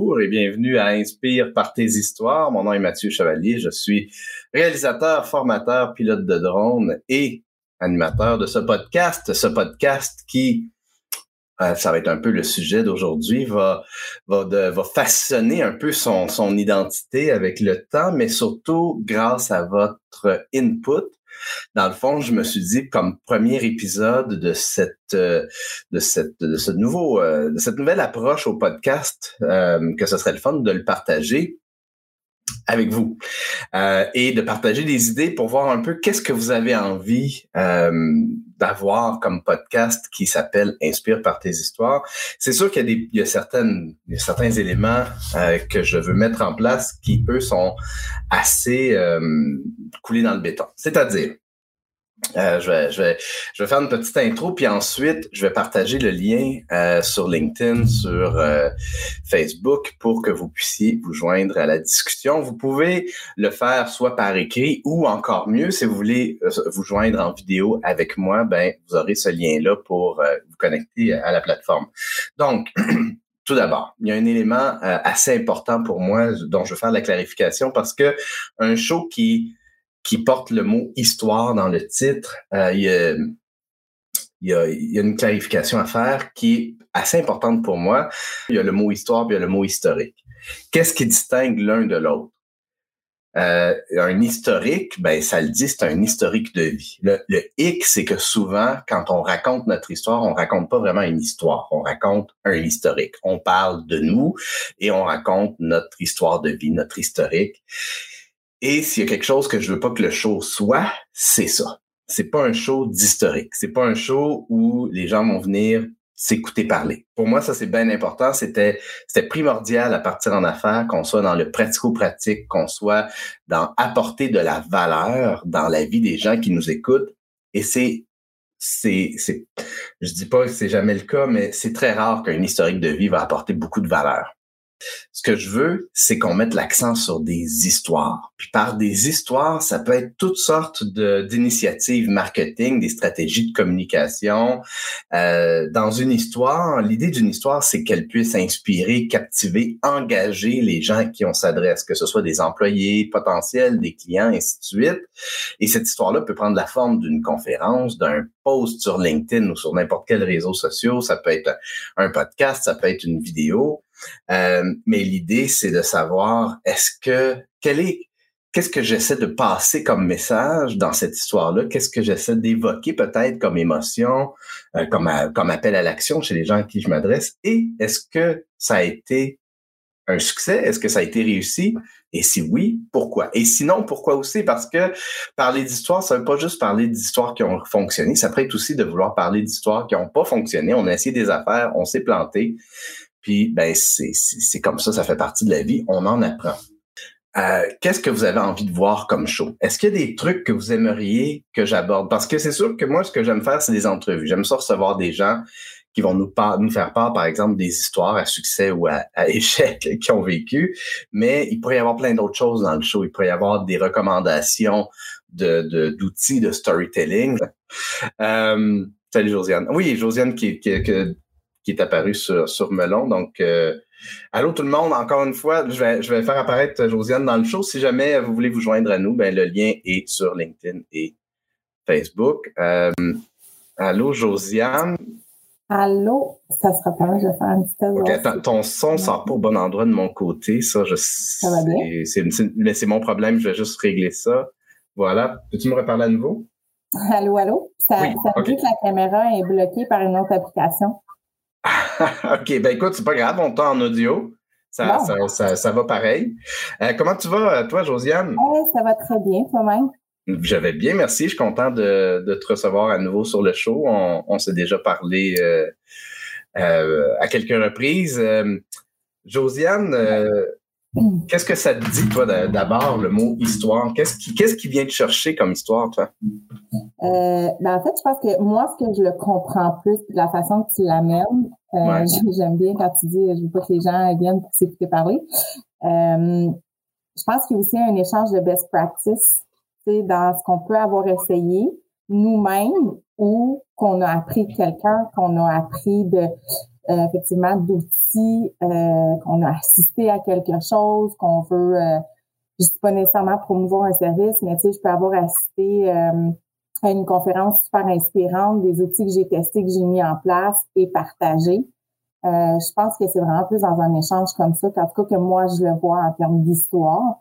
bonjour et bienvenue à Inspire par tes histoires. Mon nom est Mathieu Chevalier, je suis réalisateur, formateur, pilote de drone et animateur de ce podcast qui, ça va être un peu le sujet d'aujourd'hui, va façonner un peu son identité avec le temps, mais surtout grâce à votre input. Dans le fond, je me suis dit, comme premier épisode de cette nouvelle approche au podcast, que ce serait le fun de le partager avec vous et de partager des idées pour voir un peu qu'est-ce que vous avez envie d'avoir comme podcast qui s'appelle Inspire par tes histoires. C'est sûr qu'il y a certains éléments que je veux mettre en place qui, eux, sont assez coulés dans le béton. C'est-à-dire, je vais faire une petite intro, puis ensuite, je vais partager le lien sur LinkedIn, sur Facebook, pour que vous puissiez vous joindre à la discussion. Vous pouvez le faire soit par écrit ou encore mieux, si vous voulez vous joindre en vidéo avec moi, ben vous aurez ce lien-là pour vous connecter à la plateforme. Donc, tout d'abord, il y a un élément assez important pour moi dont je veux faire la clarification parce que un show qui porte le mot histoire dans le titre, il y a une clarification à faire qui est assez importante pour moi. Il y a le mot histoire puis il y a le mot historique. Qu'est-ce qui distingue l'un de l'autre? Un historique, ben ça le dit, c'est un historique de vie. Le hic, c'est que souvent, quand on raconte notre histoire, on raconte pas vraiment une histoire, on raconte un historique. On parle de nous et on raconte notre histoire de vie, notre historique. Et s'il y a quelque chose que je veux pas que le show soit, c'est ça. C'est pas un show d'historique. C'est pas un show où les gens vont venir s'écouter parler. Pour moi, ça, c'est bien important. C'était primordial à partir en affaires qu'on soit dans le pratico-pratique, qu'on soit dans apporter de la valeur dans la vie des gens qui nous écoutent. Et je dis pas que c'est jamais le cas, mais c'est très rare qu'un historique de vie va apporter beaucoup de valeur. Ce que je veux, c'est qu'on mette l'accent sur des histoires. Puis par des histoires, ça peut être toutes sortes d'initiatives marketing, des stratégies de communication. Dans une histoire, l'idée d'une histoire, c'est qu'elle puisse inspirer, captiver, engager les gens à qui on s'adresse, que ce soit des employés potentiels, des clients, ainsi de suite. Et cette histoire-là peut prendre la forme d'une conférence, d'un post sur LinkedIn ou sur n'importe quel réseau social. Ça peut être un podcast, ça peut être une vidéo. Mais l'idée, c'est de savoir qu'est-ce que j'essaie de passer comme message dans cette histoire-là? Qu'est-ce que j'essaie d'évoquer peut-être comme émotion, comme appel à l'action chez les gens à qui je m'adresse? Et est-ce que ça a été un succès? Est-ce que ça a été réussi? Et si oui, pourquoi? Et sinon, pourquoi aussi? Parce que parler d'histoire, ça veut pas juste parler d'histoires qui ont fonctionné, ça peut être aussi de vouloir parler d'histoires qui n'ont pas fonctionné. On a essayé des affaires, on s'est planté. Puis, ben, c'est comme ça fait partie de la vie, on en apprend. Qu'est-ce que vous avez envie de voir comme show? Est-ce qu'il y a des trucs que vous aimeriez que j'aborde? Parce que c'est sûr que moi, ce que j'aime faire, c'est des entrevues. J'aime ça recevoir des gens qui vont nous faire part, par exemple, des histoires à succès ou à échec qu'ils ont vécu. Mais il pourrait y avoir plein d'autres choses dans le show. Il pourrait y avoir des recommandations d'outils de storytelling. Salut Josiane. Oui, Josiane qui est apparu sur Melon. Donc, allô tout le monde, encore une fois, je vais faire apparaître Josiane dans le show. Si jamais vous voulez vous joindre à nous, ben le lien est sur LinkedIn et Facebook. Allô Josiane. Allô, ça sera pas mal, je vais faire un petit test. OK, attends, ton son sort pas au bon endroit de mon côté. Ça va bien? Mais c'est mon problème, je vais juste régler ça. Voilà. Peux-tu me reparler à nouveau? Allô? Ça me dit que la caméra est bloquée par une autre application. OK, ben écoute, c'est pas grave, on t'a en audio. Ça va pareil. Comment tu vas, toi, Josiane? Ça va très bien, toi-même. Je vais bien, merci. Je suis content de te recevoir à nouveau sur le show. On s'est déjà parlé à quelques reprises. Josiane, qu'est-ce que ça te dit, toi, d'abord, le mot histoire? Qu'est-ce qui vient te chercher comme histoire, toi? En fait, je pense que moi, ce que je le comprends plus, de la façon que tu l'amènes, ouais. J'aime bien quand tu dis « je veux pas que les gens viennent pour s'écouter parler ». Je pense qu'il y a aussi un échange de best practice, dans ce qu'on peut avoir essayé nous-mêmes ou qu'on a appris de quelqu'un, qu'on a appris effectivement d'outils, qu'on a assisté à quelque chose, qu'on veut, je dis pas nécessairement promouvoir un service, mais tu sais, je peux avoir assisté à une conférence super inspirante, des outils que j'ai testés, que j'ai mis en place et partagés. Je pense que c'est vraiment plus dans un échange comme ça, qu'en tout cas que moi je le vois en termes d'histoire,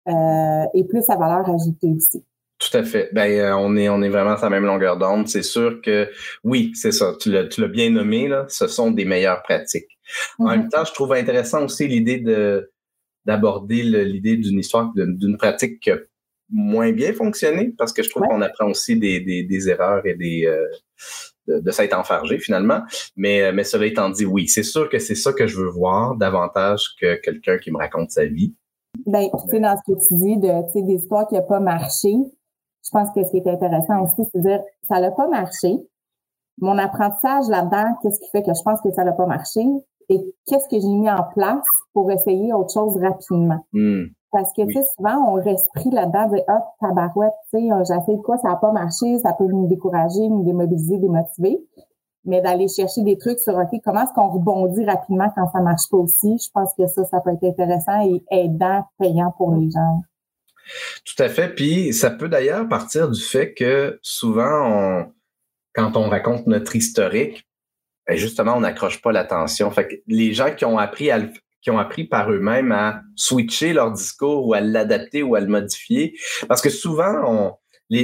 et plus à valeur ajoutée aussi. Tout à fait. On est vraiment sur la même longueur d'onde. C'est sûr que oui, c'est ça. Tu l'as bien nommé là. Ce sont des meilleures pratiques. En même temps, je trouve intéressant aussi l'idée d'aborder l'idée d'une histoire, d'une pratique qui a moins bien fonctionné, parce que je trouve qu'on apprend aussi des erreurs et de s'être enfargé finalement. Mais cela étant dit, oui, c'est sûr que c'est ça que je veux voir davantage que quelqu'un qui me raconte sa vie. Ben, tu sais, dans ce que tu dis des histoires qui n'ont pas marché, je pense que ce qui est intéressant aussi, c'est de dire, ça n'a pas marché. Mon apprentissage là-dedans, qu'est-ce qui fait que je pense que ça n'a pas marché? Et qu'est-ce que j'ai mis en place pour essayer autre chose rapidement? Parce que, tu sais, souvent, on reste pris là-dedans, dire, ah, tabarouette, tu sais, j'ai essayé de quoi, ça n'a pas marché, ça peut nous décourager, nous démobiliser, démotiver. Mais d'aller chercher des trucs sur, OK, comment est-ce qu'on rebondit rapidement quand ça marche pas aussi? Je pense que ça peut être intéressant et aidant, payant pour les gens. Tout à fait. Puis ça peut d'ailleurs partir du fait que souvent, quand on raconte notre historique, justement, on n'accroche pas l'attention. Fait que les gens qui ont appris par eux-mêmes à switcher leur discours ou à l'adapter ou à le modifier, parce que souvent,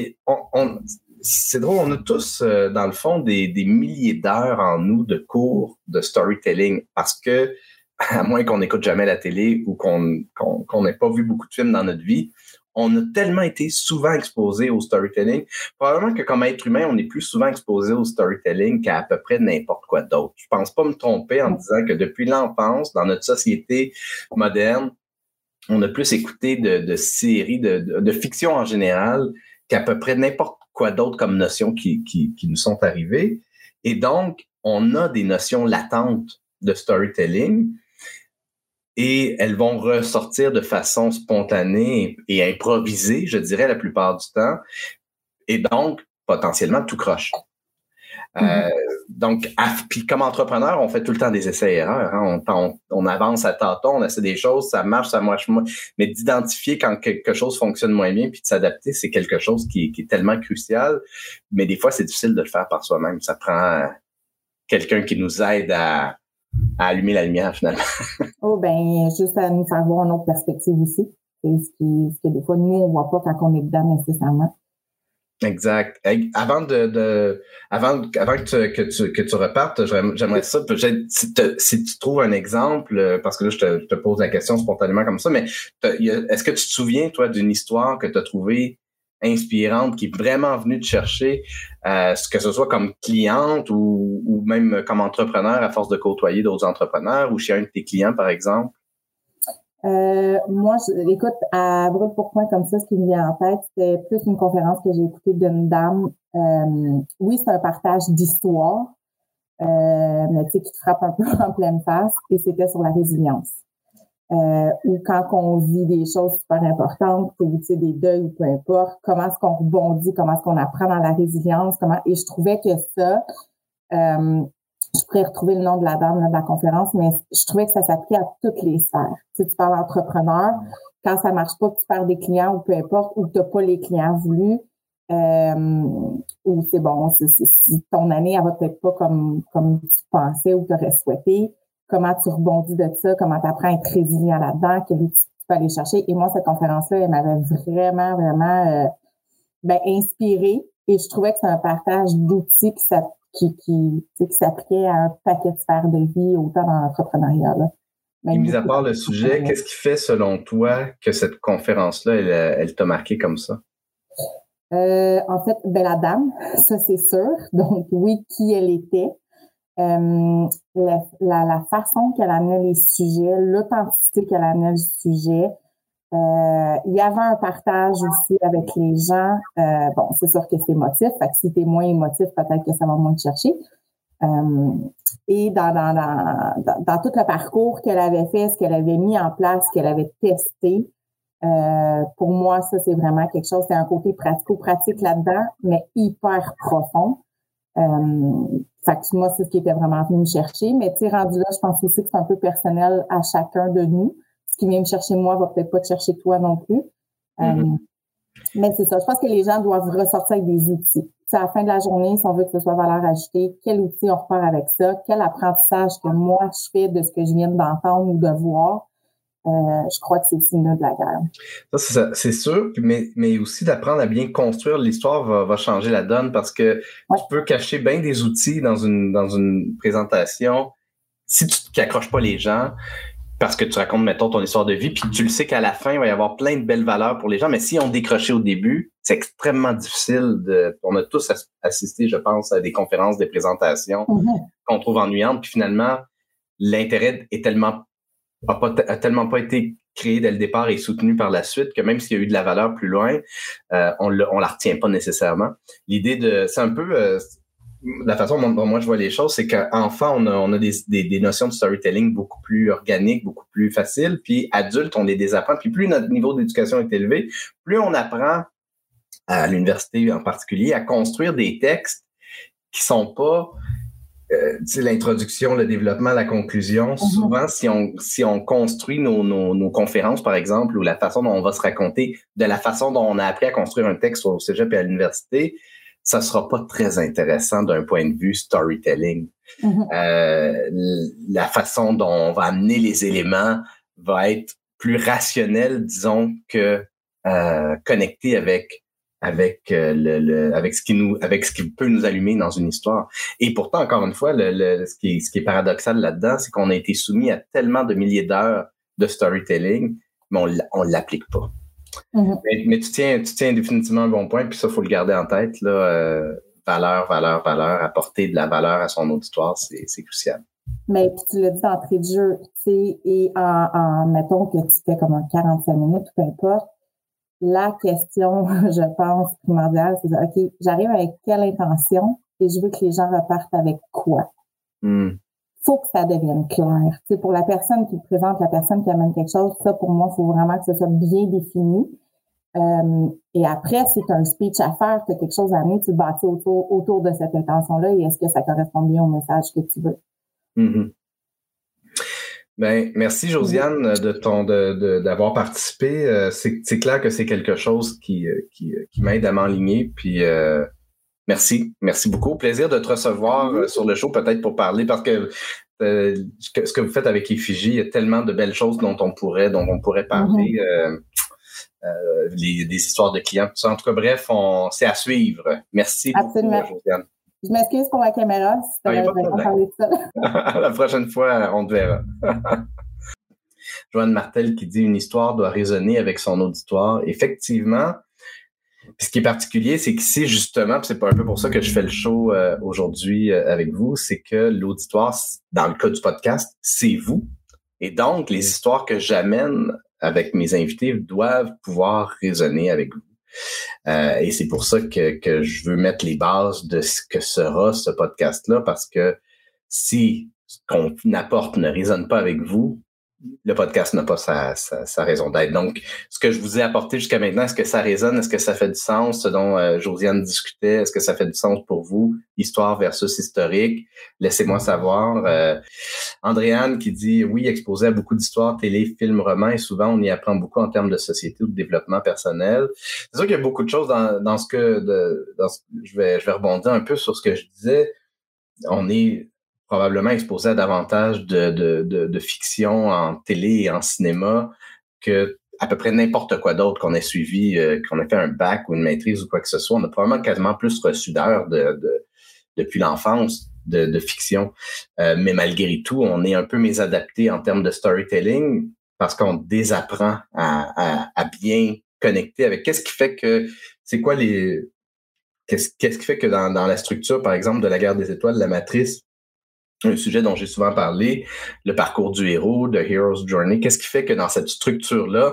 c'est drôle, on a tous, dans le fond, des milliers d'heures en nous de cours de storytelling, parce que, à moins qu'on n'écoute jamais la télé ou qu'on n'ait pas vu beaucoup de films dans notre vie, on a tellement été souvent exposé au storytelling. Probablement que comme être humain, on est plus souvent exposé au storytelling qu'à peu près n'importe quoi d'autre. Je pense pas me tromper en disant que depuis l'enfance, dans notre société moderne, on a plus écouté de séries, de fiction en général, qu'à peu près n'importe quoi d'autre comme notions qui nous sont arrivées. Et donc, on a des notions latentes de storytelling, et elles vont ressortir de façon spontanée et improvisée, je dirais, la plupart du temps. Et donc, potentiellement, tout croche. Donc, puis comme entrepreneur, on fait tout le temps des essais-erreurs. Hein? On avance à tâtons, on essaie des choses, ça marche moins. Mais d'identifier quand quelque chose fonctionne moins bien puis de s'adapter, c'est quelque chose qui est tellement crucial. Mais des fois, c'est difficile de le faire par soi-même. Ça prend quelqu'un qui nous aide à allumer la lumière, finalement. Juste à nous faire voir une autre perspective aussi. C'est ce que des fois, nous, on voit pas quand on est dedans nécessairement. Exact. Avant que tu repartes, j'aimerais ça, si tu trouves un exemple, parce que là, je te pose la question spontanément comme ça, mais est-ce que tu te souviens, toi, d'une histoire que tu as trouvée inspirante, qui est vraiment venue te chercher, que ce soit comme cliente ou même comme entrepreneur à force de côtoyer d'autres entrepreneurs ou chez un de tes clients, par exemple? Moi, écoute, à brûle pour point comme ça, ce qui me vient en tête, c'était plus une conférence que j'ai écoutée d'une dame. Oui, c'est un partage d'histoire, mais tu sais, qui te frappe un peu en pleine face, et c'était sur la résilience. Ou quand on vit des choses super importantes, ou tu sais, des deuils, peu importe, comment est-ce qu'on rebondit, comment est-ce qu'on apprend dans la résilience, et je trouvais que ça, je pourrais retrouver le nom de la dame là, de la conférence, mais je trouvais que ça s'appliquait à toutes les sphères. Tu sais, tu parles entrepreneur, quand ça marche pas, que tu perds des clients ou peu importe, ou que tu n'as pas les clients voulus, ou c'est bon, si ton année, elle va peut-être pas comme tu pensais ou tu aurais souhaité, comment tu rebondis de ça, comment tu apprends à être résilient là-dedans, quel outil tu peux aller chercher. Et moi, cette conférence-là, elle m'avait vraiment, vraiment inspirée, et je trouvais que c'est un partage d'outils qui s'appliquait à un paquet de sphères de vie, autant dans l'entrepreneuriat. Et mis à part le sujet, qu'est-ce qui fait, selon toi, que cette conférence-là, elle t'a marqué comme ça? En fait, la dame, ça c'est sûr. Donc oui, qui elle était. La façon qu'elle amenait les sujets, l'authenticité qu'elle amenait le sujet. Il y avait un partage aussi avec les gens. C'est sûr que c'est émotif. Fait que si t'es moins émotif, peut-être que ça va moins te chercher. Et dans tout le parcours qu'elle avait fait, ce qu'elle avait mis en place, ce qu'elle avait testé, pour moi, ça, c'est vraiment quelque chose. C'est un côté pratico-pratique là-dedans, mais hyper profond. Fait que moi, c'est ce qui était vraiment venu me chercher. Mais tu sais, rendu là, je pense aussi que c'est un peu personnel à chacun de nous. Ce qui vient me chercher moi va peut-être pas te chercher toi non plus. Mais c'est ça. Je pense que les gens doivent ressortir avec des outils. C'est à la fin de la journée, si on veut que ce soit valeur ajoutée, quel outil on repart avec ça? Quel apprentissage que moi, je fais de ce que je viens d'entendre ou de voir? Je crois que c'est le signe de la guerre. Ça, c'est sûr, mais aussi d'apprendre à bien construire l'histoire va changer la donne parce que tu peux cacher bien des outils dans une présentation si tu n'accroches pas les gens parce que tu racontes, mettons, ton histoire de vie, puis tu le sais qu'à la fin, il va y avoir plein de belles valeurs pour les gens, mais si on décroché au début, c'est extrêmement difficile on a tous assisté, je pense, à des conférences, des présentations qu'on trouve ennuyantes, puis finalement, l'intérêt est a tellement pas été créé dès le départ et soutenu par la suite que même s'il y a eu de la valeur plus loin, on la retient pas nécessairement. L'idée c'est un peu la façon dont moi je vois les choses, c'est qu'enfant on a des notions de storytelling beaucoup plus organiques, beaucoup plus faciles, puis adultes on les désapprend, puis plus notre niveau d'éducation est élevé, plus on apprend à l'université en particulier à construire des textes qui sont pas l'introduction, le développement, la conclusion. Souvent, si on construit nos conférences, par exemple, ou la façon dont on va se raconter, de la façon dont on a appris à construire un texte au cégep et à l'université, ça sera pas très intéressant d'un point de vue storytelling. La façon dont on va amener les éléments va être plus rationnelle, disons, que connectée avec ce qui peut nous allumer dans une histoire. Et pourtant, encore une fois, ce qui est paradoxal là-dedans, c'est qu'on a été soumis à tellement de milliers d'heures de storytelling, mais on l'applique pas. Mais tu tiens définitivement un bon point, puis ça, faut le garder en tête, là. Valeur, apporter de la valeur à son auditoire, c'est crucial. Mais puis tu l'as dit d'entrée de jeu, tu sais, et mettons que tu fais comme un 45 minutes, peu importe, la question, je pense, primordiale, c'est de, OK, j'arrive avec quelle intention et je veux que les gens repartent avec quoi? Faut que ça devienne clair. Tu sais, pour la personne qui présente, la personne qui amène quelque chose, ça, pour moi, il faut vraiment que ce soit bien défini. Et après, si tu as un speech à faire, tu as quelque chose à amener, tu bâtis autour de cette intention-là et est-ce que ça correspond bien au message que tu veux? Ben, merci Josiane d'avoir participé. C'est clair que c'est quelque chose qui m'aide à m'enligner. Puis merci beaucoup. Plaisir de te recevoir sur le show, peut-être pour parler, parce que ce que vous faites avec Effigie, il y a tellement de belles choses dont on pourrait parler. Des histoires de clients, tout ça. En tout cas, bref, c'est à suivre. Merci beaucoup, Josiane. Je m'excuse pour la caméra si tu avais parlé de ça. La prochaine fois, on te verra. Joanne Martel qui dit « Une histoire doit résonner avec son auditoire ». Effectivement, ce qui est particulier, c'est qu'ici, justement, c'est pas un peu pour ça que je fais le show aujourd'hui avec vous, c'est que l'auditoire, dans le cas du podcast, c'est vous. Et donc, les histoires que j'amène avec mes invités doivent pouvoir résonner avec vous. Et c'est pour ça que je veux mettre les bases de ce que sera ce podcast-là, parce que si ce qu'on apporte ne résonne pas avec vous, le podcast n'a pas sa raison d'être. Donc, ce que je vous ai apporté jusqu'à maintenant, est-ce que ça résonne? Est-ce que ça fait du sens? Ce dont Josiane discutait, est-ce que ça fait du sens pour vous? Histoire versus historique. Laissez-moi savoir. Andréane qui dit, oui, exposé à beaucoup d'histoires, télé, films, romans, et souvent, on y apprend beaucoup en termes de société ou de développement personnel. C'est sûr qu'il y a beaucoup de choses dans ce que... je vais rebondir un peu sur ce que je disais. On est probablement exposé à davantage de fiction en télé et en cinéma que à peu près n'importe quoi d'autre qu'on ait suivi, qu'on ait fait un bac ou une maîtrise ou quoi que ce soit. On a probablement quasiment plus reçu d'heures depuis l'enfance de fiction. Mais malgré tout, on est un peu mésadapté en termes de storytelling parce qu'on désapprend à bien connecter avec qu'est-ce qui fait que qu'est-ce qui fait que dans la structure, par exemple, de la Guerre des Étoiles, la Matrice, un sujet dont j'ai souvent parlé, le parcours du héros, The Hero's Journey. Qu'est-ce qui fait que dans cette structure-là,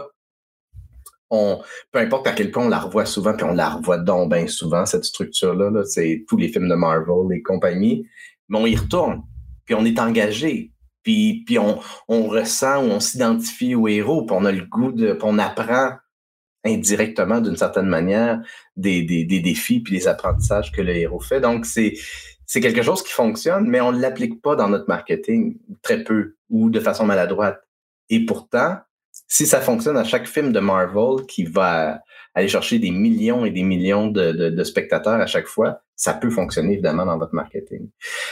peu importe à quel point on la revoit souvent, puis on la revoit donc bien souvent, cette structure-là, là, c'est tous les films de Marvel et compagnie, mais on y retourne, puis on est engagé, puis on ressent ou on s'identifie au héros, puis on a le goût puis on apprend indirectement, d'une certaine manière, des défis puis des apprentissages que le héros fait. Donc, c'est quelque chose qui fonctionne, mais on ne l'applique pas dans notre marketing, très peu, ou de façon maladroite. Et pourtant, si ça fonctionne à chaque film de Marvel qui va aller chercher des millions et des millions de spectateurs à chaque fois, ça peut fonctionner évidemment dans votre marketing.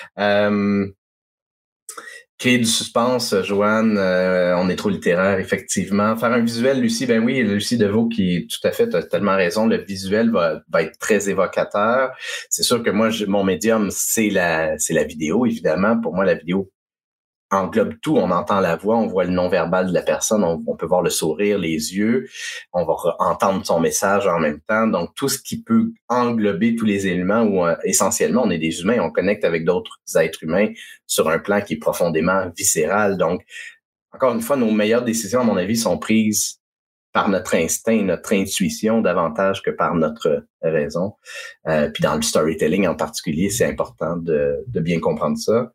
Créer du suspense, Joanne, on est trop littéraire, effectivement. Faire un visuel, Lucie, ben oui, Lucie Deveau qui, tout à fait, tu as tellement raison, le visuel va être très évocateur. C'est sûr que moi, mon médium, c'est la vidéo, évidemment. Pour moi, la vidéo englobe tout. On entend la voix, on voit le non-verbal de la personne, on peut voir le sourire, les yeux, on va entendre son message en même temps. Donc, tout ce qui peut englober tous les éléments où, essentiellement, on est des humains, on connecte avec d'autres êtres humains sur un plan qui est profondément viscéral. Donc, encore une fois, nos meilleures décisions, à mon avis, sont prises par notre instinct, notre intuition davantage que par notre raison. Puis dans le storytelling en particulier, c'est important de bien comprendre ça.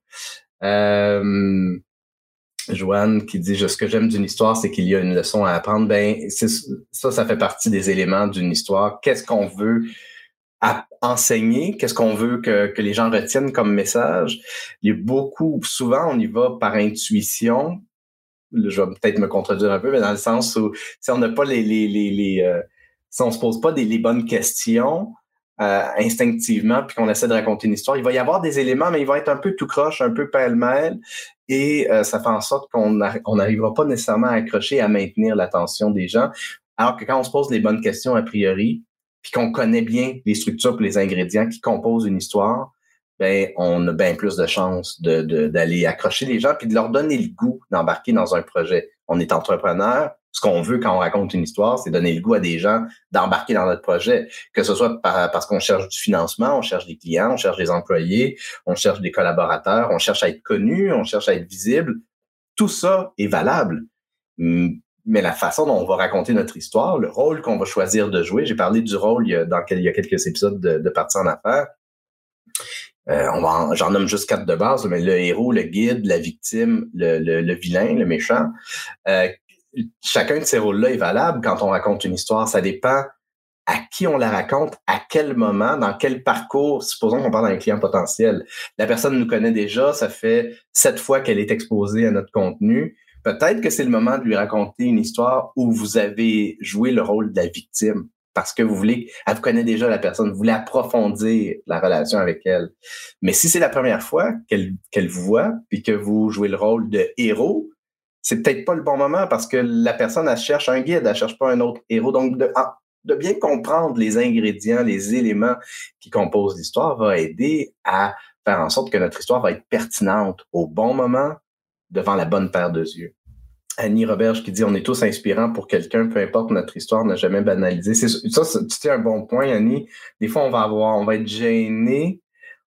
Joanne qui dit ce que j'aime d'une histoire, c'est qu'il y a une leçon à apprendre. Ben, ça fait partie des éléments d'une histoire. Qu'est-ce qu'on veut enseigner? Qu'est-ce qu'on veut que les gens retiennent comme message? Il y a souvent, on y va par intuition. Je vais peut-être me contredire un peu, mais dans le sens où si on n'a pas si on se pose pas les bonnes questions, instinctivement, puis qu'on essaie de raconter une histoire, il va y avoir des éléments, mais ils vont être un peu tout croche, un peu pêle-mêle, et ça fait en sorte qu'on n'arrivera pas nécessairement à accrocher, à maintenir l'attention des gens, alors que quand on se pose les bonnes questions a priori, puis qu'on connaît bien les structures et les ingrédients qui composent une histoire, ben on a bien plus de chances d'aller accrocher les gens puis de leur donner le goût d'embarquer dans un projet. On est entrepreneur. Ce qu'on veut quand on raconte une histoire, c'est donner le goût à des gens d'embarquer dans notre projet. Que ce soit parce qu'on cherche du financement, on cherche des clients, on cherche des employés, on cherche des collaborateurs, on cherche à être connu, on cherche à être visible. Tout ça est valable. Mais la façon dont on va raconter notre histoire, le rôle qu'on va choisir de jouer, j'ai parlé du rôle il y a quelques épisodes de Partie en affaires. J'en nomme juste 4 de base, mais le héros, le guide, la victime, le vilain, le méchant. Chacun de ces rôles-là est valable quand on raconte une histoire. Ça dépend à qui on la raconte, à quel moment, dans quel parcours. Supposons qu'on parle d'un client potentiel. La personne nous connaît déjà, ça fait 7 fois qu'elle est exposée à notre contenu. Peut-être que c'est le moment de lui raconter une histoire où vous avez joué le rôle de la victime. Parce que elle vous connaît déjà la personne, vous voulez approfondir la relation avec elle. Mais si c'est la première fois qu'elle vous voit, puis que vous jouez le rôle de héros, c'est peut-être pas le bon moment parce que la personne, elle cherche un guide, elle cherche pas un autre héros. Donc, de bien comprendre les ingrédients, les éléments qui composent l'histoire va aider à faire en sorte que notre histoire va être pertinente au bon moment devant la bonne paire de yeux. Annie Roberge qui dit « On est tous inspirants pour quelqu'un, peu importe notre histoire, n'a jamais banalisé. » C'est un bon point, Annie. Des fois, on va être gêné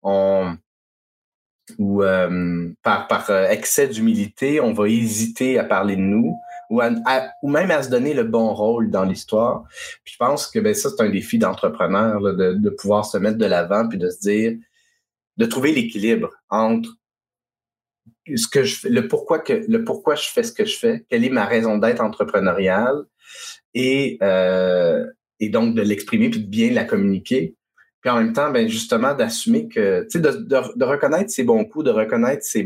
ou par excès d'humilité, on va hésiter à parler de nous ou même à se donner le bon rôle dans l'histoire. Puis je pense que ça, c'est un défi d'entrepreneur, là, de pouvoir se mettre de l'avant puis de se dire, de trouver l'équilibre entre ce que je fais, le pourquoi je fais ce que je fais, quelle est ma raison d'être entrepreneuriale et donc de l'exprimer puis de bien la communiquer. Puis en même temps, ben justement d'assumer que, tu sais, de reconnaître ses bons coups, de reconnaître ses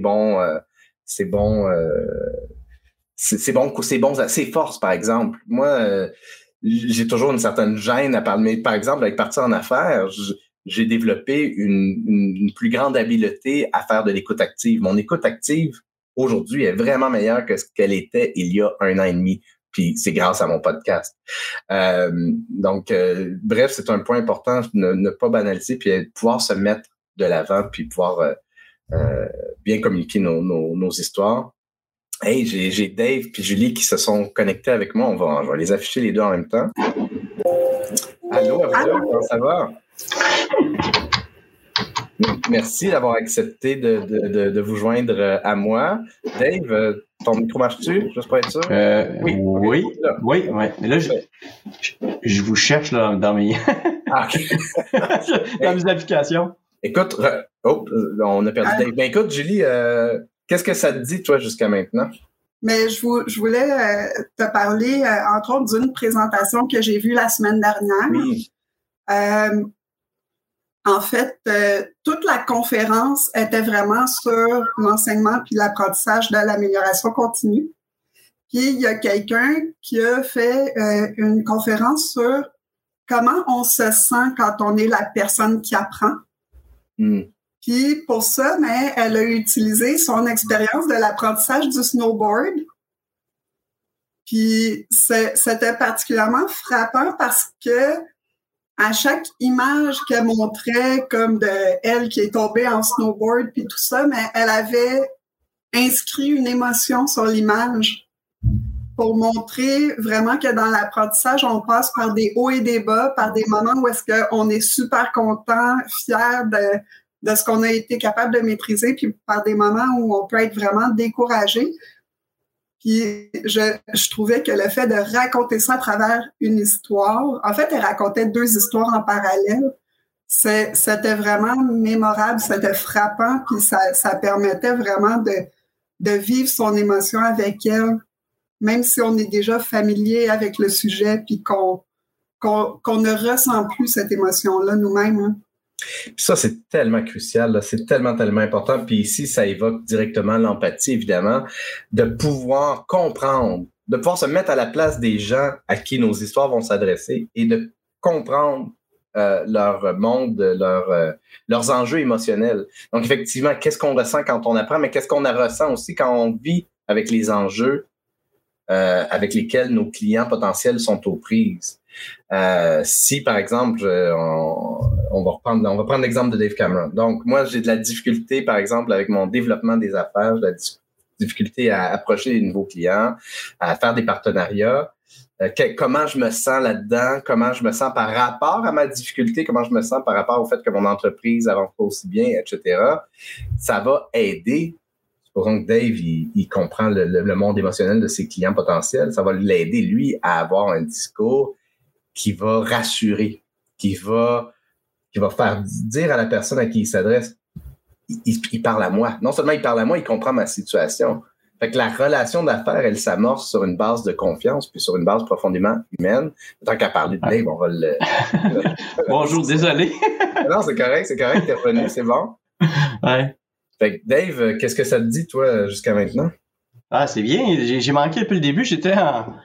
forces, par exemple. Moi, j'ai toujours une certaine gêne à parler. Par exemple, avec Partie en affaires, j'ai développé une plus grande habileté à faire de l'écoute active. Mon écoute active, aujourd'hui, est vraiment meilleure que ce qu'elle était il y a 1 an et demi. Puis c'est grâce à mon podcast. Bref, c'est un point important, ne pas banaliser, puis pouvoir se mettre de l'avant, puis pouvoir bien communiquer nos histoires. Hey, j'ai Dave puis Julie qui se sont connectés avec moi. Je vais les afficher les deux en même temps. Allô, comment ça va? Merci d'avoir accepté de vous joindre à moi. Dave, ton micro marche-tu? Juste pour être sûr? Oui. Mais là, je vous cherche là, dans mes dans mes applications. Écoute, on a perdu Dave. Ben écoute, Julie, qu'est-ce que ça te dit, toi, jusqu'à maintenant? Mais je voulais te parler, entre autres, d'une présentation que j'ai vue la semaine dernière. Oui. en fait, toute la conférence était vraiment sur l'enseignement puis l'apprentissage de l'amélioration continue. Puis il y a quelqu'un qui a fait une conférence sur comment on se sent quand on est la personne qui apprend. Puis pour ça, mais elle a utilisé son expérience de l'apprentissage du snowboard. Puis c'était particulièrement frappant parce que à chaque image qu'elle montrait, comme de elle qui est tombée en snowboard puis tout ça, mais elle avait inscrit une émotion sur l'image pour montrer vraiment que dans l'apprentissage, on passe par des hauts et des bas, par des moments où est-ce qu'on est super content, fier de ce qu'on a été capable de maîtriser, puis par des moments où on peut être vraiment découragé. Puis je trouvais que le fait de raconter ça à travers une histoire, en fait, elle racontait 2 histoires en parallèle. C'était vraiment mémorable, c'était frappant, puis ça permettait vraiment de vivre son émotion avec elle, même si on est déjà familier avec le sujet, puis qu'on ne ressent plus cette émotion-là nous-mêmes. Hein. Puis ça, c'est tellement crucial, là. C'est tellement important. Puis ici, ça évoque directement l'empathie, évidemment, de pouvoir comprendre, de pouvoir se mettre à la place des gens à qui nos histoires vont s'adresser et de comprendre leur monde, leurs enjeux émotionnels. Donc, effectivement, qu'est-ce qu'on ressent quand on apprend, mais qu'est-ce qu'on ressent aussi quand on vit avec les enjeux avec lesquels nos clients potentiels sont aux prises. Si, par exemple, on va prendre l'exemple de Dave Cameron. Donc, moi, j'ai de la difficulté, par exemple, avec mon développement des affaires, j'ai de la difficulté à approcher des nouveaux clients, à faire des partenariats. Comment je me sens là-dedans, comment je me sens par rapport à ma difficulté, comment je me sens par rapport au fait que mon entreprise avance pas aussi bien, etc. Ça va aider. Supposons que Dave, il comprend le monde émotionnel de ses clients potentiels. Ça va l'aider, lui, à avoir un discours qui va rassurer, qui va faire dire à la personne à qui il s'adresse, il parle à moi. Non seulement il parle à moi, il comprend ma situation. Fait que la relation d'affaires, elle s'amorce sur une base de confiance, puis sur une base profondément humaine. Tant qu'à parler de Dave, on va le... Bonjour, désolé. Non, c'est correct, t'es revenu, c'est bon. Ouais. Fait que Dave, qu'est-ce que ça te dit, toi, jusqu'à maintenant? Ah, c'est bien. J'ai manqué depuis le début. J'étais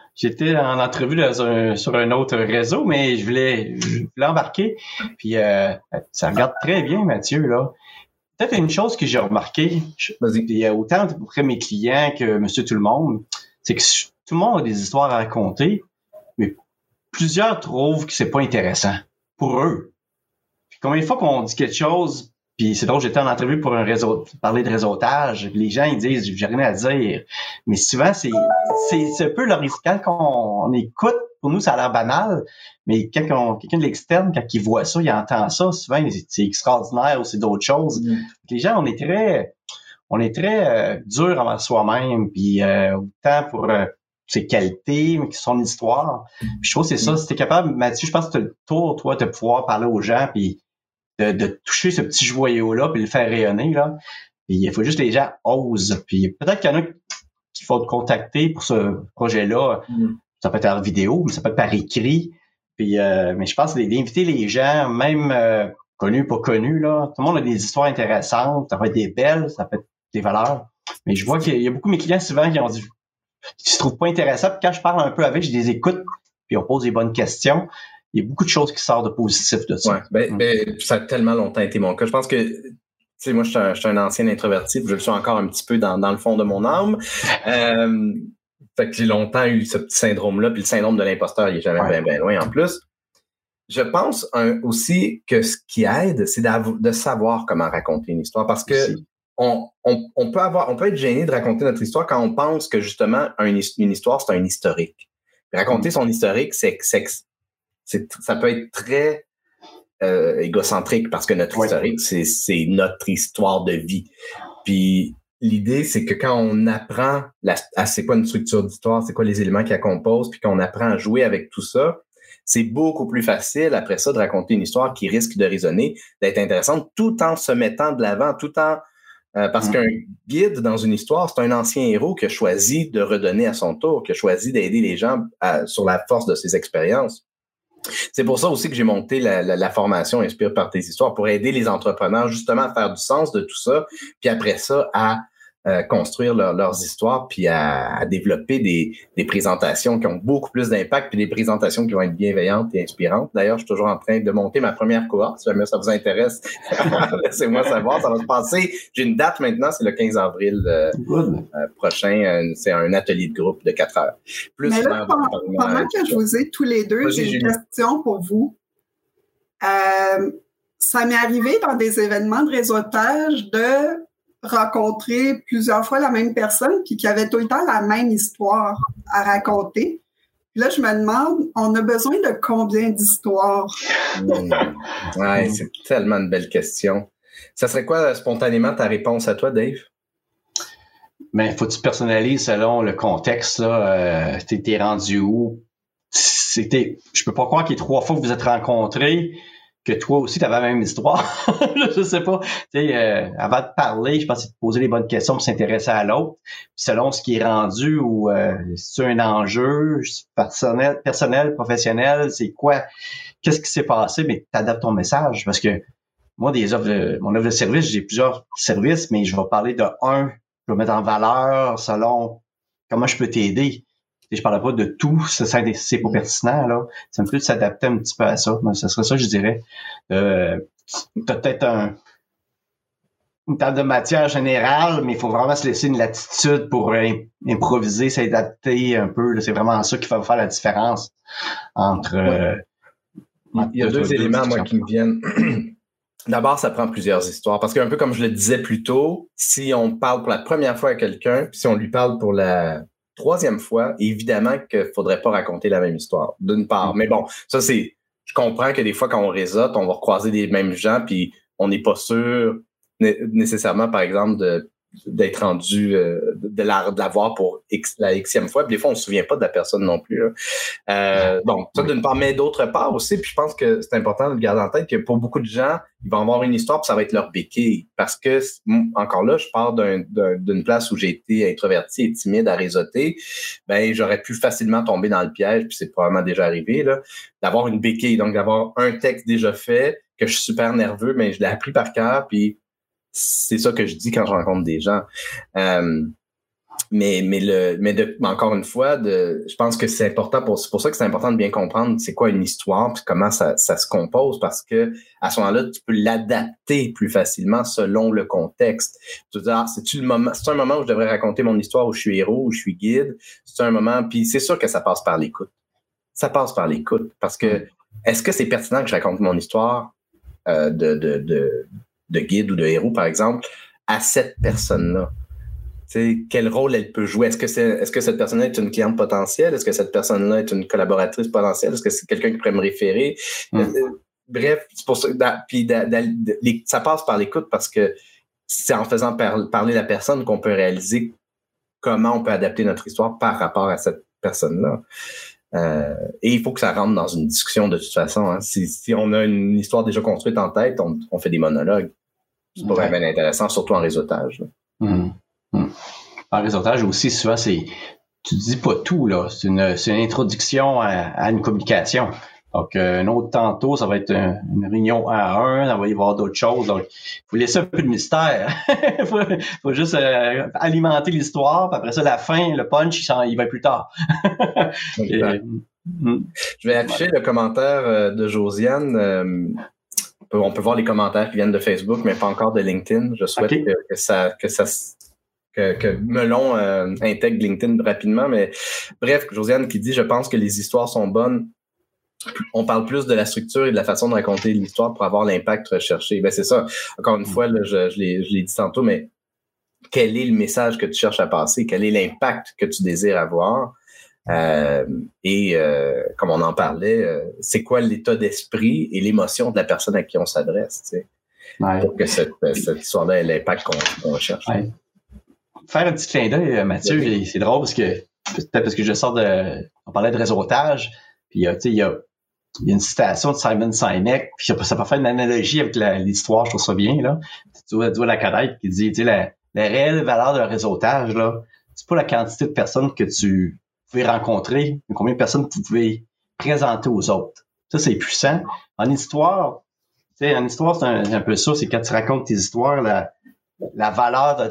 en entrevue sur un autre réseau, mais je voulais embarquer. Puis ça regarde très bien, Mathieu, là. Peut-être une chose que j'ai remarqué, puis autant pour mes clients que Monsieur Tout le Monde, c'est que tout le monde a des histoires à raconter, mais plusieurs trouvent que c'est pas intéressant pour eux. Puis combien de fois qu'on dit quelque chose, puis c'est drôle, j'étais en entrevue pour parler de réseautage, puis les gens ils disent j'ai rien à dire, mais souvent c'est un peu leur quand on écoute, pour nous ça a l'air banal, mais quand quelqu'un de l'externe, quand il voit ça, il entend ça, souvent c'est extraordinaire ou c'est d'autres choses. Les gens, on est très dur envers soi-même, puis autant pour ses qualités, mais son histoire. Puis je trouve que c'est ça, si t'es capable, Mathieu, je pense que t'as le tour, toi, de pouvoir parler aux gens, puis de toucher ce petit joyau-là, puis le faire rayonner, là. Puis il faut juste que les gens osent. Puis peut-être qu'il y en a qui faut te contacter pour ce projet-là. Ça peut être en vidéo, mais ça peut être par écrit. Puis, mais je pense d'inviter les gens, même connus, pas connus, là. Tout le monde a des histoires intéressantes. Ça peut être des belles, ça peut être des valeurs. Mais je vois qu'il y a beaucoup de mes clients souvent qui ont dit qui se trouvent pas intéressants. Puis quand je parle un peu avec, je les écoute, puis on pose des bonnes questions. Il y a beaucoup de choses qui sortent de positif de ça. Ouais, ça a tellement longtemps été mon cas. Je pense que, tu sais, moi, je suis un ancien introverti, je le suis encore un petit peu dans le fond de mon âme. Fait que j'ai longtemps eu ce petit syndrome-là, puis le syndrome de l'imposteur, il est jamais bien loin en plus. Je pense aussi que ce qui aide, c'est de savoir comment raconter une histoire, parce que on peut être gêné de raconter notre histoire quand on pense que justement une histoire, c'est un historique. Raconter son historique, ça peut être très égocentrique parce que notre historique, c'est notre histoire de vie. Puis l'idée, c'est que quand on apprend c'est quoi une structure d'histoire, c'est quoi les éléments qui la composent, puis qu'on apprend à jouer avec tout ça, c'est beaucoup plus facile après ça de raconter une histoire qui risque de résonner, d'être intéressante, tout en se mettant de l'avant, tout en parce qu'un guide dans une histoire, c'est un ancien héros qui a choisi de redonner à son tour, qui a choisi d'aider les gens sur la force de ses expériences. C'est pour ça aussi que j'ai monté la formation Inspire par tes histoires, pour aider les entrepreneurs justement à faire du sens de tout ça, puis après ça, à construire leurs histoires, puis à développer des présentations qui ont beaucoup plus d'impact, puis des présentations qui vont être bienveillantes et inspirantes. D'ailleurs, je suis toujours en train de monter ma première cohorte. Si jamais ça vous intéresse, laissez-moi savoir. Ça va se passer. J'ai une date maintenant, c'est le 15 avril prochain. C'est un atelier de groupe de 4 heures. Mais là, pendant que je vous ai tous les deux, j'ai une question pour vous. Ça m'est arrivé dans des événements de réseautage de rencontrer plusieurs fois la même personne puis qui avait tout le temps la même histoire à raconter. Puis là, je me demande, on a besoin de combien d'histoires? Ouais, c'est tellement une belle question. Ça serait quoi spontanément ta réponse à toi, Dave? Ben, faut que tu personnalises selon le contexte, là. T'es rendu où? Je peux pas croire qu'il y a 3 fois que vous êtes rencontrés que toi aussi, tu avais la même histoire. Je sais pas. Avant de parler, je pense que c'est de poser les bonnes questions pour s'intéresser à l'autre. Puis selon ce qui est rendu ou si c'est un enjeu personnel, professionnel, c'est quoi? Qu'est-ce qui s'est passé? Mais tu adaptes ton message. Parce que moi, mon offre de service, j'ai plusieurs services, mais je vais parler de un. Je vais mettre en valeur selon comment je peux t'aider. Je parle pas de tout, c'est pas pertinent, là. C'est un peu de s'adapter un petit peu à ça. Mais ce serait ça, je dirais. T'as peut-être une table de matière générale, mais il faut vraiment se laisser une latitude pour improviser, s'adapter un peu. Là. C'est vraiment ça qui va faire la différence entre... il y a 2 éléments, moi, qui me viennent. D'abord, ça prend plusieurs histoires. Parce qu'un peu comme je le disais plus tôt, si on parle pour la première fois à quelqu'un, puis si on lui parle pour la 3e fois, évidemment qu'il faudrait pas raconter la même histoire, d'une part. Mais bon, ça c'est... Je comprends que des fois, quand on réseaute, on va recroiser les mêmes gens, puis on n'est pas sûr nécessairement, par exemple, d'être rendu, de l'avoir pour la Xème fois. Puis des fois, on se souvient pas de la personne non plus. Donc, ça d'une part, mais d'autre part aussi, puis je pense que c'est important de le garder en tête que pour beaucoup de gens, ils vont avoir une histoire, puis ça va être leur béquille. Parce que, encore là, je pars d'une place où j'ai été introverti et timide à réseauter, ben j'aurais pu facilement tomber dans le piège, puis c'est probablement déjà arrivé, là, d'avoir une béquille, donc d'avoir un texte déjà fait, que je suis super nerveux, mais je l'ai appris par cœur, puis c'est ça que je dis quand je rencontre des gens. Mais encore une fois, je pense que c'est important c'est pour ça que c'est important de bien comprendre c'est quoi une histoire puis comment ça se compose, parce que à ce moment-là, tu peux l'adapter plus facilement selon le contexte. Tu veux dire, c'est un moment où je devrais raconter mon histoire où je suis héros, où je suis guide. C'est un moment, puis c'est sûr que ça passe par l'écoute. Ça passe par l'écoute parce que est-ce que c'est pertinent que je raconte mon histoire de guide ou de héros, par exemple, à cette personne-là? T'sais, quel rôle elle peut jouer? Est-ce que cette personne-là est une cliente potentielle? Est-ce que cette personne-là est une collaboratrice potentielle? Est-ce que c'est quelqu'un qui pourrait me référer? Bref, c'est pour ça ça passe par l'écoute parce que c'est en faisant parler la personne qu'on peut réaliser comment on peut adapter notre histoire par rapport à cette personne-là. Et il faut que ça rentre dans une discussion de toute façon. Hein. Si on a une histoire déjà construite en tête, on fait des monologues. C'est pas vraiment intéressant, surtout en réseautage. En réseautage aussi, souvent, tu dis pas tout, là. C'est une introduction à une communication. Donc, un autre tantôt, ça va être une réunion à 1, il va y avoir d'autres choses. Donc, il faut laisser un peu de mystère. faut juste alimenter l'histoire, puis après ça, la fin, le punch, il va plus tard. Je vais afficher le commentaire de Josiane. On peut voir les commentaires qui viennent de Facebook, mais pas encore de LinkedIn. Je souhaite que Melon intègre LinkedIn rapidement. Mais bref, Josiane qui dit « Je pense que les histoires sont bonnes. On parle plus de la structure et de la façon de raconter l'histoire pour avoir l'impact recherché. » Ben c'est ça. Encore une fois, là, je l'ai dit tantôt, mais quel est le message que tu cherches à passer? Quel est l'impact que tu désires avoir? Comme on en parlait, c'est quoi l'état d'esprit et l'émotion de la personne à qui on s'adresse, tu sais, pour que cette histoire-là ait l'impact qu'on recherche. Ouais. Faire un petit clin d'œil, Mathieu, c'est drôle peut-être parce que je sors on parlait de réseautage, puis il y a une citation de Simon Sinek, puis ça peut faire une analogie avec l'histoire, je trouve ça bien, là. Tu dois la connaître, qui dit, la réelle valeur d'un réseautage, là, c'est pas la quantité de personnes que tu pouvez rencontrer, mais combien de personnes vous pouvez présenter aux autres. Ça, c'est puissant. En histoire, c'est un peu ça, c'est quand tu racontes tes histoires, la valeur de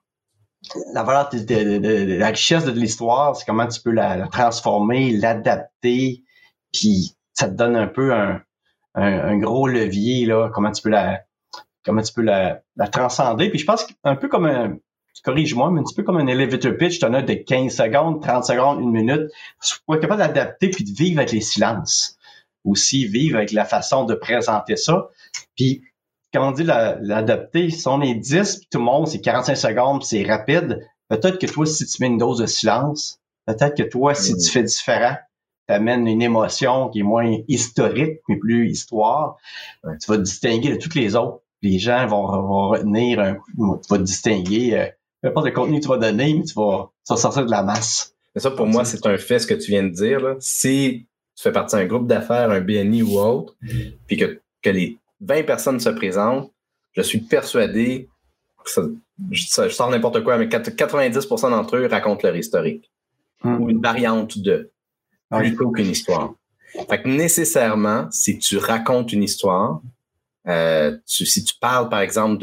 la richesse de l'histoire, c'est comment tu peux la transformer, l'adapter, puis ça te donne un peu un gros levier, là, comment tu peux la transcender. Puis je pense un peu comme corrige-moi, mais un petit peu comme un elevator pitch, tu en as de 15 secondes, 30 secondes, 1 minute. Faut être capable d'adapter puis de vivre avec les silences. Aussi, vivre avec la façon de présenter ça. Puis, quand on dit l'adapter, si on est 10, puis tout le monde, c'est 45 secondes, puis c'est rapide, peut-être que toi, si tu mets une dose de silence, peut-être que toi, si tu fais différent, tu amènes une émotion qui est moins historique, mais plus histoire, tu vas te distinguer de toutes les autres. Les gens vont retenir, tu vas te distinguer, peu importe le contenu que tu vas donner, mais tu vas sortir de la masse. Mais ça, pour moi, c'est un fait, ce que tu viens de dire, là. Si tu fais partie d'un groupe d'affaires, un BNI ou autre, puis que les 20 personnes se présentent, je suis persuadé, je sors n'importe quoi, mais 90% d'entre eux racontent leur historique. Ou une variante de, plutôt qu'une histoire. Fait que nécessairement, si tu racontes une histoire, si tu parles, par exemple,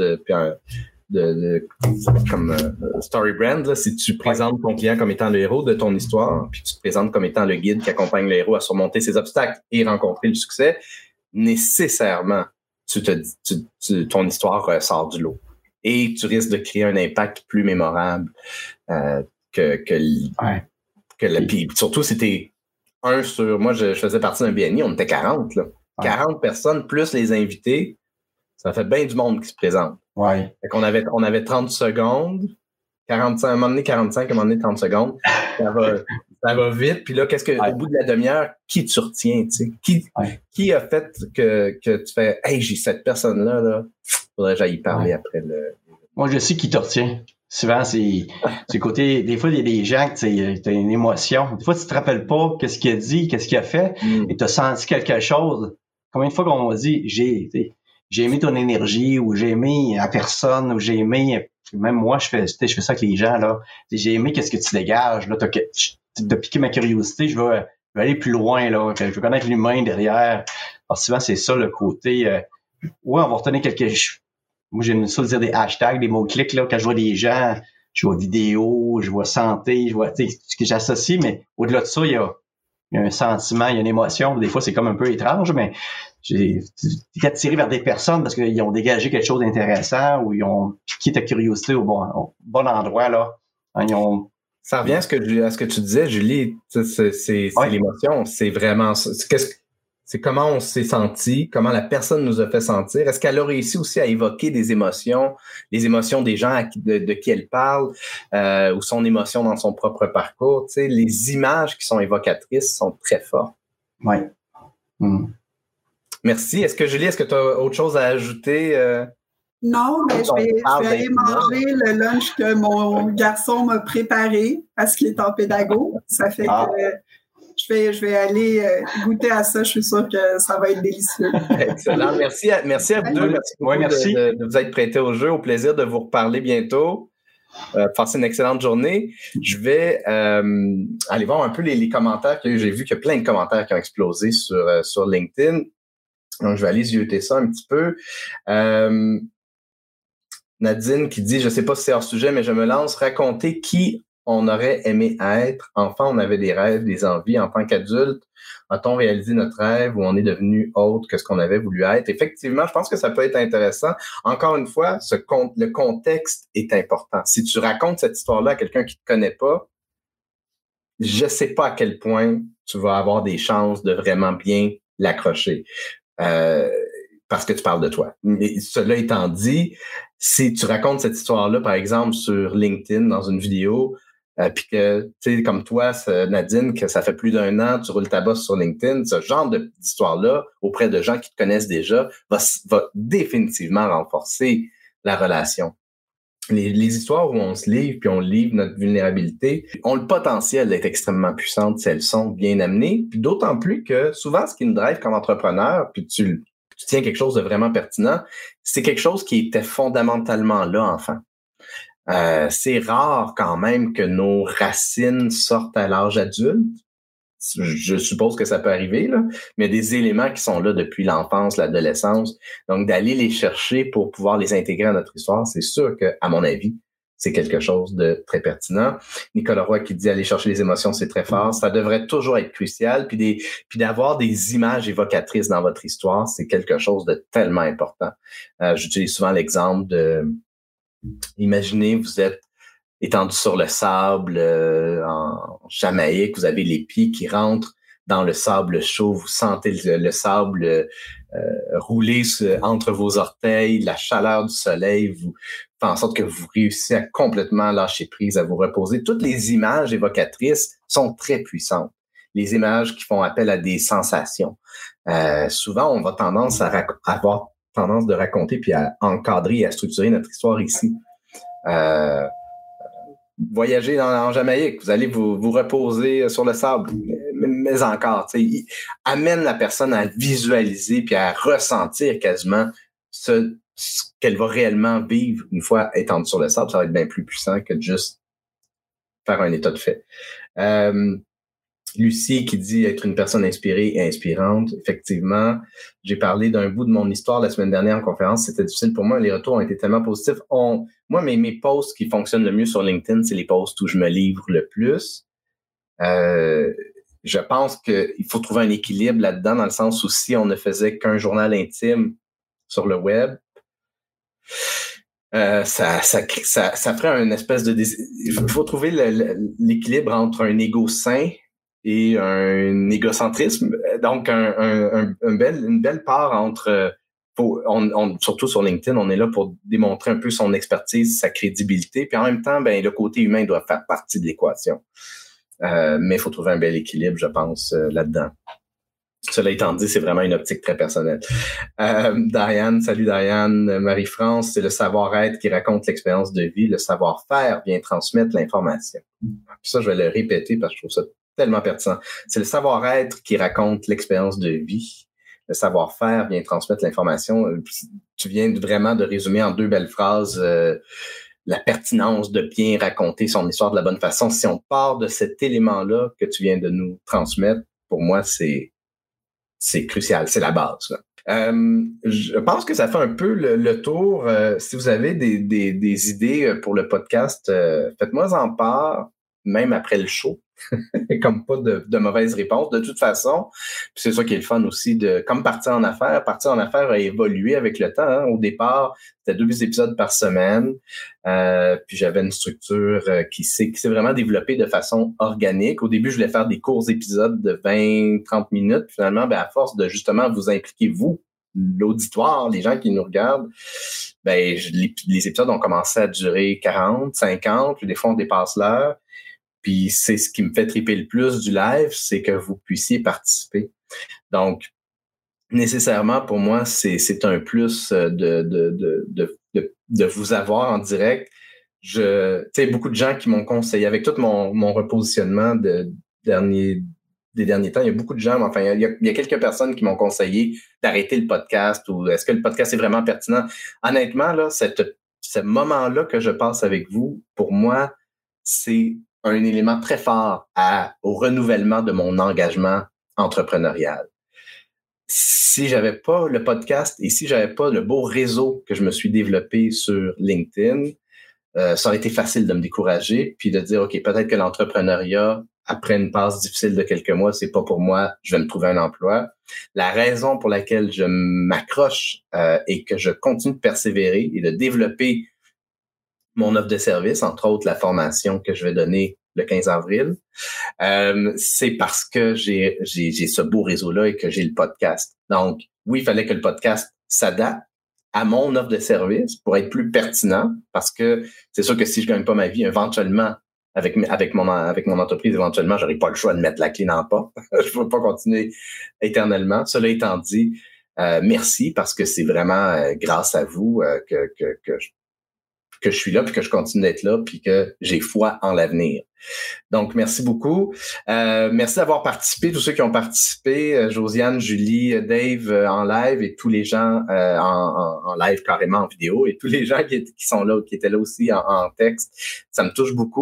comme Story Brand, là, si tu présentes ton client comme étant le héros de ton histoire, puis tu te présentes comme étant le guide qui accompagne le héros à surmonter ses obstacles et rencontrer le succès, nécessairement, ton histoire sort du lot. Et tu risques de créer un impact plus mémorable que le... Puis surtout, c'était moi, je faisais partie d'un BNI, on était 40, là. 40 personnes plus les invités, ça fait bien du monde qui se présente. Ouais. Fait qu'on avait 30 secondes, 45, à un moment donné 45, à un moment donné 30 secondes. Ça va vite. Puis là, au bout de la demi-heure, qui tu retiens, tu sais? Qui a fait que tu fais, hey, j'ai cette personne-là, là, faudrait que j'aille y parler après Moi, je sais qui te retient. Souvent, c'est côté, des fois, il y a des gens que t'as une émotion. Des fois, tu te rappelles pas qu'est-ce qu'il a dit, qu'est-ce qu'il a fait, et t'as senti quelque chose. Combien de fois qu'on m'a dit, j'ai aimé ton énergie, ou j'ai aimé la personne, ou j'ai aimé, même moi, je fais ça avec les gens, là. J'ai aimé qu'est-ce que tu dégages, là. T'as piqué ma curiosité, je vais aller plus loin, là. Je veux connaître l'humain derrière. Alors, souvent, c'est ça, le côté, on va retenir moi, j'aime ça dire des hashtags, des mots-clics, là. Quand je vois des gens, je vois vidéo, je vois santé, je vois, tu sais, ce que j'associe, mais au-delà de ça, il y a un sentiment, il y a une émotion. Des fois, c'est comme un peu étrange, mais t'es attiré vers des personnes parce qu'ils ont dégagé quelque chose d'intéressant ou ils ont piqué ta curiosité au bon endroit, là. Ça revient à ce que tu disais, Julie. C'est l'émotion. C'est vraiment... C'est comment on s'est senti, comment la personne nous a fait sentir. Est-ce qu'elle a réussi aussi à évoquer des émotions, les émotions des gens de qui elle parle, ou son émotion dans son propre parcours. Tu sais, les images qui sont évocatrices sont très fortes. Oui. Merci. Julie, est-ce que tu as autre chose à ajouter? Non, mais je vais aller manger le lunch que mon garçon m'a préparé parce qu'il est en pédago. Ça fait que je vais aller goûter à ça. Je suis sûre que ça va être délicieux. Excellent. Merci à vous deux. Merci de vous être prêtés au jeu. Au plaisir de vous reparler bientôt. Passez une excellente journée. Je vais aller voir un peu les commentaires. J'ai vu qu'il y a plein de commentaires qui ont explosé sur LinkedIn. Donc, je vais aller zioter ça un petit peu. Nadine qui dit, je ne sais pas si c'est hors sujet, mais je me lance. Raconter qui on aurait aimé être. Enfant, on avait des rêves, des envies. En tant qu'adulte, a-t-on réalisé notre rêve ou on est devenu autre que ce qu'on avait voulu être? Effectivement, je pense que ça peut être intéressant. Encore une fois, le contexte est important. Si tu racontes cette histoire-là à quelqu'un qui ne te connaît pas, je ne sais pas à quel point tu vas avoir des chances de vraiment bien l'accrocher. Parce que tu parles de toi. Mais cela étant dit, si tu racontes cette histoire-là, par exemple, sur LinkedIn, dans une vidéo, puis que, tu sais, comme toi, Nadine, que ça fait plus d'1 an, tu roules ta bosse sur LinkedIn, ce genre d'histoire-là, auprès de gens qui te connaissent déjà, va définitivement renforcer la relation. Les histoires où on se livre, puis on livre notre vulnérabilité, ont le potentiel d'être extrêmement puissantes si elles sont bien amenées, puis d'autant plus que souvent, ce qui nous drive comme entrepreneur, puis tu tiens quelque chose de vraiment pertinent, c'est quelque chose qui était fondamentalement là, enfant. C'est rare quand même que nos racines sortent à l'âge adulte. je suppose que ça peut arriver, là, mais des éléments qui sont là depuis l'enfance, l'adolescence. Donc, d'aller les chercher pour pouvoir les intégrer à notre histoire, c'est sûr que, à mon avis, c'est quelque chose de très pertinent. Nicolas Roy qui dit aller chercher les émotions, c'est très fort. Ça devrait toujours être crucial. Puis d'avoir des images évocatrices dans votre histoire, c'est quelque chose de tellement important. J'utilise souvent l'exemple de, imaginez, vous êtes étendu sur le sable en Jamaïque, vous avez les pieds qui rentrent dans le sable chaud, vous sentez le sable rouler entre vos orteils, la chaleur du soleil vous fait en sorte que vous réussissez à complètement lâcher prise, à vous reposer. Toutes les images évocatrices sont très puissantes. Les images qui font appel à des sensations. Souvent, on va avoir tendance de raconter puis à encadrer et à structurer notre histoire ici. Voyager en Jamaïque, vous allez vous reposer sur le sable, mais encore, amène la personne à visualiser puis à ressentir quasiment ce qu'elle va réellement vivre une fois étendue sur le sable. Ça va être bien plus puissant que de juste faire un état de fait. Lucie qui dit être une personne inspirée et inspirante. Effectivement, j'ai parlé d'un bout de mon histoire la semaine dernière en conférence. C'était difficile pour moi. Les retours ont été tellement positifs. Moi, mes posts qui fonctionnent le mieux sur LinkedIn, c'est les posts où je me livre le plus. Je pense qu'il faut trouver un équilibre là-dedans, dans le sens où si on ne faisait qu'un journal intime sur le web, ça ferait une espèce de... Il faut trouver l'équilibre entre un égo sain et un égocentrisme. Donc, une belle part entre... surtout sur LinkedIn, on est là pour démontrer un peu son expertise, sa crédibilité, puis en même temps, le côté humain doit faire partie de l'équation. Mais il faut trouver un bel équilibre, je pense, là-dedans. Cela étant dit, c'est vraiment une optique très personnelle. Diane, salut Diane. Marie-France, c'est le savoir-être qui raconte l'expérience de vie. Le savoir-faire vient transmettre l'information. Puis ça, je vais le répéter parce que je trouve ça tellement pertinent. C'est le savoir-être qui raconte l'expérience de vie. Le savoir-faire vient transmettre l'information. Tu viens vraiment de résumer en 2 belles phrases la pertinence de bien raconter son histoire de la bonne façon. Si on part de cet élément-là que tu viens de nous transmettre, pour moi, c'est crucial, c'est la base. Je pense que ça fait un peu le tour. Si vous avez des idées pour le podcast, faites-moi en part, même après le show. Comme pas de mauvaises réponses. De toute façon, puis c'est ça qui est le fun aussi, comme Partir en affaires a évolué avec le temps. Hein. Au départ, c'était 2 épisodes par semaine. Puis j'avais une structure qui s'est vraiment développée de façon organique. Au début, je voulais faire des courts épisodes de 20-30 minutes. Finalement, à force de justement vous impliquer, vous, l'auditoire, les gens qui nous regardent, les épisodes ont commencé à durer 40, 50, puis des fois on dépasse l'heure. Puis c'est ce qui me fait triper le plus du live, c'est que vous puissiez participer. Donc, nécessairement, pour moi, c'est un plus de vous avoir en direct. Tu sais, beaucoup de gens qui m'ont conseillé, avec tout mon repositionnement des derniers temps, il y a beaucoup de gens, enfin, il y a quelques personnes qui m'ont conseillé d'arrêter le podcast ou est-ce que le podcast est vraiment pertinent? Honnêtement, là, ce moment-là que je passe avec vous, pour moi, c'est un élément très fort au renouvellement de mon engagement entrepreneurial. Si j'avais pas le podcast et si j'avais pas le beau réseau que je me suis développé sur LinkedIn, ça aurait été facile de me décourager puis de dire, OK, peut-être que l'entrepreneuriat, après une passe difficile de quelques mois, c'est pas pour moi, je vais me trouver un emploi. La raison pour laquelle je m'accroche et que je continue de persévérer et de développer mon offre de service, entre autres la formation que je vais donner le 15 avril, c'est parce que j'ai ce beau réseau-là et que j'ai le podcast. Donc, oui, il fallait que le podcast s'adapte à mon offre de service pour être plus pertinent, parce que c'est sûr que si je gagne pas ma vie, éventuellement, avec mon entreprise, éventuellement, j'aurai pas le choix de mettre la clé dans le porte. Je ne peux pas continuer éternellement. Cela étant dit, merci, parce que c'est vraiment grâce à vous que je suis là, puis que je continue d'être là, puis que j'ai foi en l'avenir. Donc, merci beaucoup. Merci d'avoir participé, tous ceux qui ont participé, Josiane, Julie, Dave en live et tous les gens en live carrément en vidéo et tous les gens qui sont là, qui étaient là aussi en texte. Ça me touche beaucoup.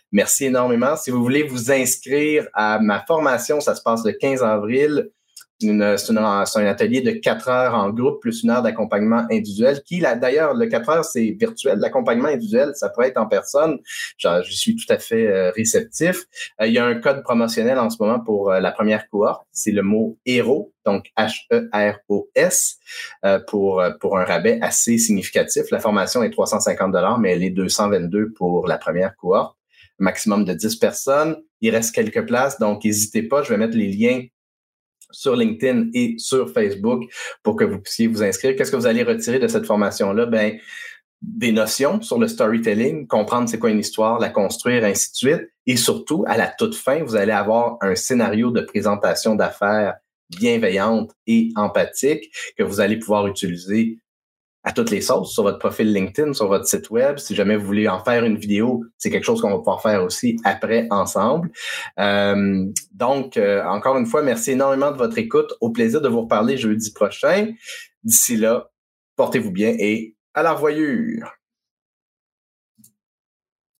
Merci énormément. Si vous voulez vous inscrire à ma formation, ça se passe le 15 avril. C'est un atelier de 4 heures en groupe plus 1 heure d'accompagnement individuel d'ailleurs, le 4 heures, c'est virtuel. L'accompagnement individuel, ça pourrait être en personne. Je suis tout à fait réceptif. Il y a un code promotionnel en ce moment pour la première cohorte. C'est le mot HEROS, donc HEROS, pour un rabais assez significatif. La formation est 350 $, mais elle est 222 pour la première cohorte. Maximum de 10 personnes. Il reste quelques places, donc n'hésitez pas. Je vais mettre les liens sur LinkedIn et sur Facebook pour que vous puissiez vous inscrire. Qu'est-ce que vous allez retirer de cette formation-là? Ben, des notions sur le storytelling, comprendre c'est quoi une histoire, la construire, ainsi de suite. Et surtout, à la toute fin, vous allez avoir un scénario de présentation d'affaires bienveillante et empathique que vous allez pouvoir utiliser à toutes les sauces sur votre profil LinkedIn, sur votre site web. Si jamais vous voulez en faire une vidéo, c'est quelque chose qu'on va pouvoir faire aussi après ensemble. Donc, encore une fois, merci énormément de votre écoute. Au plaisir de vous reparler jeudi prochain. D'ici là, portez-vous bien et à la revoyure!